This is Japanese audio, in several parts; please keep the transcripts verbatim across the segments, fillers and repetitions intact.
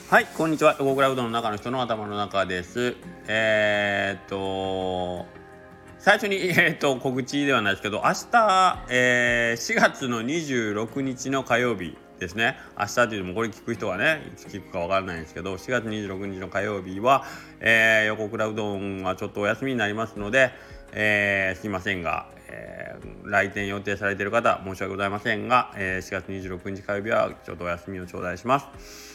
はい、こんにちは。横クラウドの中の人の頭の中です。えー、っと最初に、えー、っと告知ではないですけど、明日、えー、しがつのにじゅうろくにちの火曜日ですね。明日というのもこれ聞く人はね、いつ聞くかわからないんですけど、しがつにじゅうろくにちの火曜日は、えー、横クラウドはちょっとお休みになりますので、えー、すいませんが、えー、来店予定されている方申し訳ございませんが、えー、しがつにじゅうろくにち火曜日はちょっとお休みを頂戴します。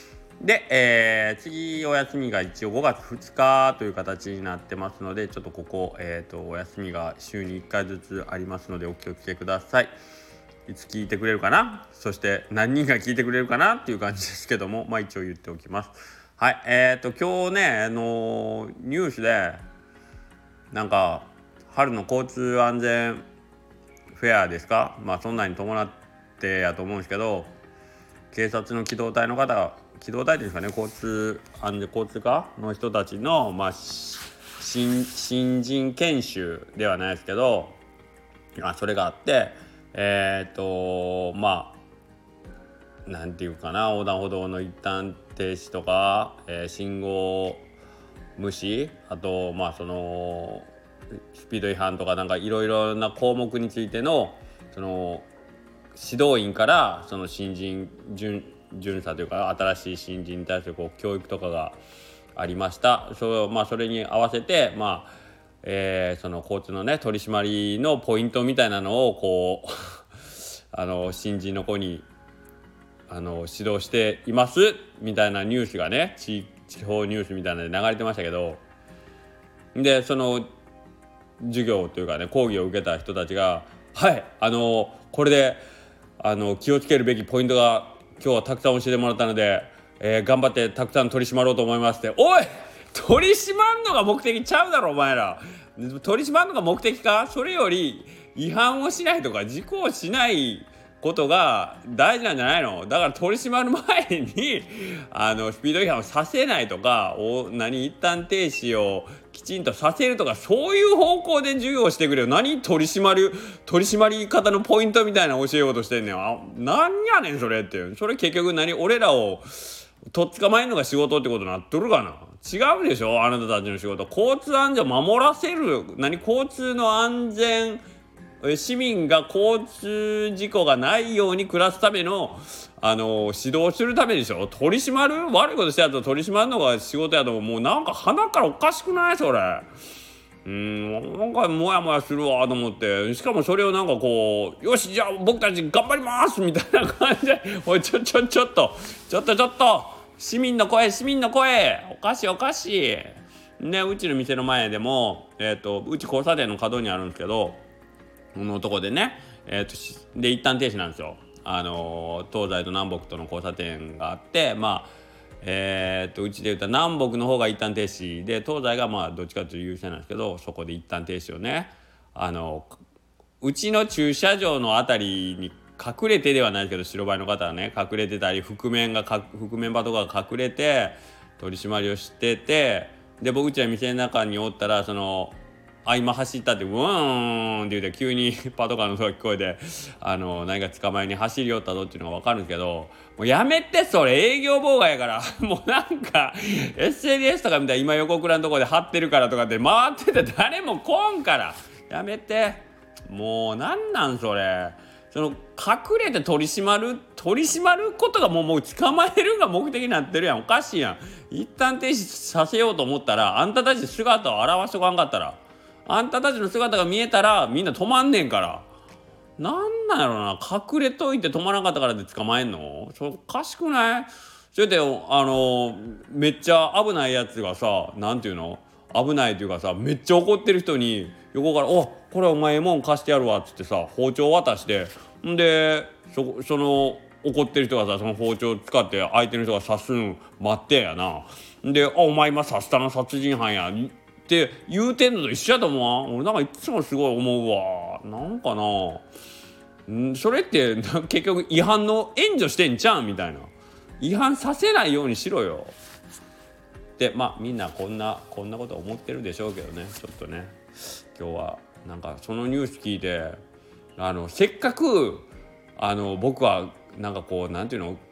で、えー、次お休みが一応ごがつふつかという形になってますので、ちょっとここ、えーと、お休みが週にいっかいずつありますのでお気をつけください。いつ聞いてくれるかな、そして何人が聞いてくれるかなっていう感じですけども、まあ一応言っておきます。はい、えーと今日ね、あのー、ニュースでなんか春の交通安全フェアですか、まあそんなに伴ってやと思うんですけど、警察の機動隊の方が機動隊ですかね、交通安全交通課の人たちの、まあ、新, 新人研修ではないですけど、あそれがあって、えっ、ー、とまあなんていうかな、横断歩道の一旦停止とか、えー、信号無視、あとまあそのスピード違反とか、なんかいろいろな項目についてのその指導員からその新人巡巡査というか新しい新人に対するこう教育とかがありました。そ, まあ、それに合わせて、まあえー、その交通のね取り締まりのポイントみたいなのをこうあの新人の子にあの指導していますみたいなニュースがね、地, 地方ニュースみたいなので流れてましたけど、でその授業というかね講義を受けた人たちが、はいあのこれであの気をつけるべきポイントが今日はたくさん教えてもらったので、えー、頑張ってたくさん取り締まろうと思いますって。おい、取り締まんのが目的ちゃうだろお前ら。取り締まんのが目的か。それより違反をしないとか事故をしないことが大事なんじゃないの。だから取り締まる前にあのスピード違反をさせないとか、お何一旦停止をきちんとさせるとか、そういう方向で授業をしてくれよ。何取り締まる取り締まり方のポイントみたいな教えようとしてんねん。あ、なんやねんそれって。それ結局何、俺らをとっ捕まえるのが仕事ってことになっとるかな。違うでしょ、あなたたちの仕事。交通安全を守らせる、何交通の安全、市民が交通事故がないように暮らすためのあの指導するためでしょ。取り締まる、悪いことしたやつを取り締まるのが仕事やと。もうなんか鼻からおかしくないそれ。うーん、なんかモヤモヤするわと思って、しかもそれをなんかこう、よしじゃあ僕たち頑張りますみたいな感じで、おいちょちょちょっとちょっとちょっと市民の声市民の声、おかしいおかしいね。うちの店の前でも、えーと、うち交差点の角にあるんですけど、このとこでね、えーとで一旦停止なんですよ。あのー、東西と南北との交差点があって、まあえー、とうちで言ったら南北の方が一旦停止で、東西がまあどっちかというと優勢なんですけど、そこで一旦停止をね、あのうちの駐車場のあたりに隠れてではないけど、白バイの方はね隠れてたり、覆面がか覆面パトカーが隠れて取り締まりをしてて、で僕うちは店の中におったら、そのあ今走ったってウーンって言うて急にパトカーの音が聞こえて、あの何か捕まえに走り寄ったぞっていうのが分かるんですけど、もうやめて、それ営業妨害やから。もうなんか エスエヌエス とかみたいに今横倉のとこで貼ってるからとかって回ってて誰も来んから、やめて。もうなんなんそれ。その隠れて取り締まる取り締まることがもうもう捕まえるが目的になってるやん。おかしいやん。一旦停止させようと思ったら、あんたたち姿を現しとかんかったら、あんたたちの姿が見えたらみんな止まんねんから。なんなんやろな、隠れといて止まらなかったからで捕まえんの。それおかしくない？それであのめっちゃ危ないやつがさ、なんていうの、危ないというかさ、めっちゃ怒ってる人に横から「おこれお前もん貸してやるわ」っつってさ、包丁渡して、んで そ, その怒ってる人がさ、その包丁使って相手の人が刺すん待ってやな。で「あお前今刺したな、殺人犯や」って言うてんのと一緒やと思うわ。俺なんかいつもすごい思うわ。なんかなんそれって結局違反の援助してんちゃうんみたいな。違反させないようにしろよって、まあみんなこんなこんなこと思ってるでしょうけどね。ちょっとね今日はなんかそのニュース聞いて、あのせっかくあの僕はなんかこうなんていうの、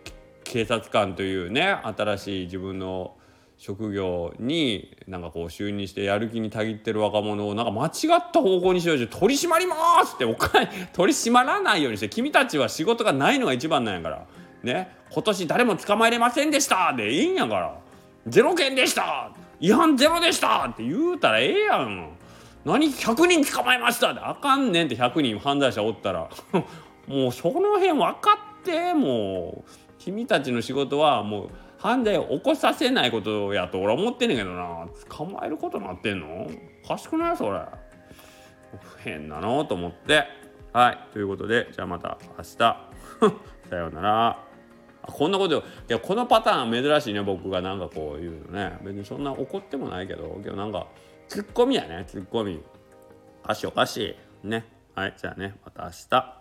警察官というね新しい自分の職業になんかこう就任してやる気にたぎってる若者をなんか間違った方向にしようと取り締まりますってお金取り締まらないようにして、君たちは仕事がないのが一番なんやからね、今年誰も捕まえれませんでしたでいいんやから、ゼロ件でした違反ゼロでしたって言うたらええやん。何ひゃくにん捕まえましたってあかんねんって、ひゃくにん犯罪者おったらもうその辺分かって、もう君たちの仕事はもう犯罪を起こさせないことやと俺は思ってんねんけどな。捕まえることになってんのおかしくないそれ。変なのと思って。はい、ということでじゃあまた明日さようなら。こんなこといやこのパターン珍しいね、僕がなんかこう言うのね。別にそんな怒ってもないけど、けどなんかツッコミやね、ツッコミ。おかしいおかしいね。はい、じゃあねまた明日。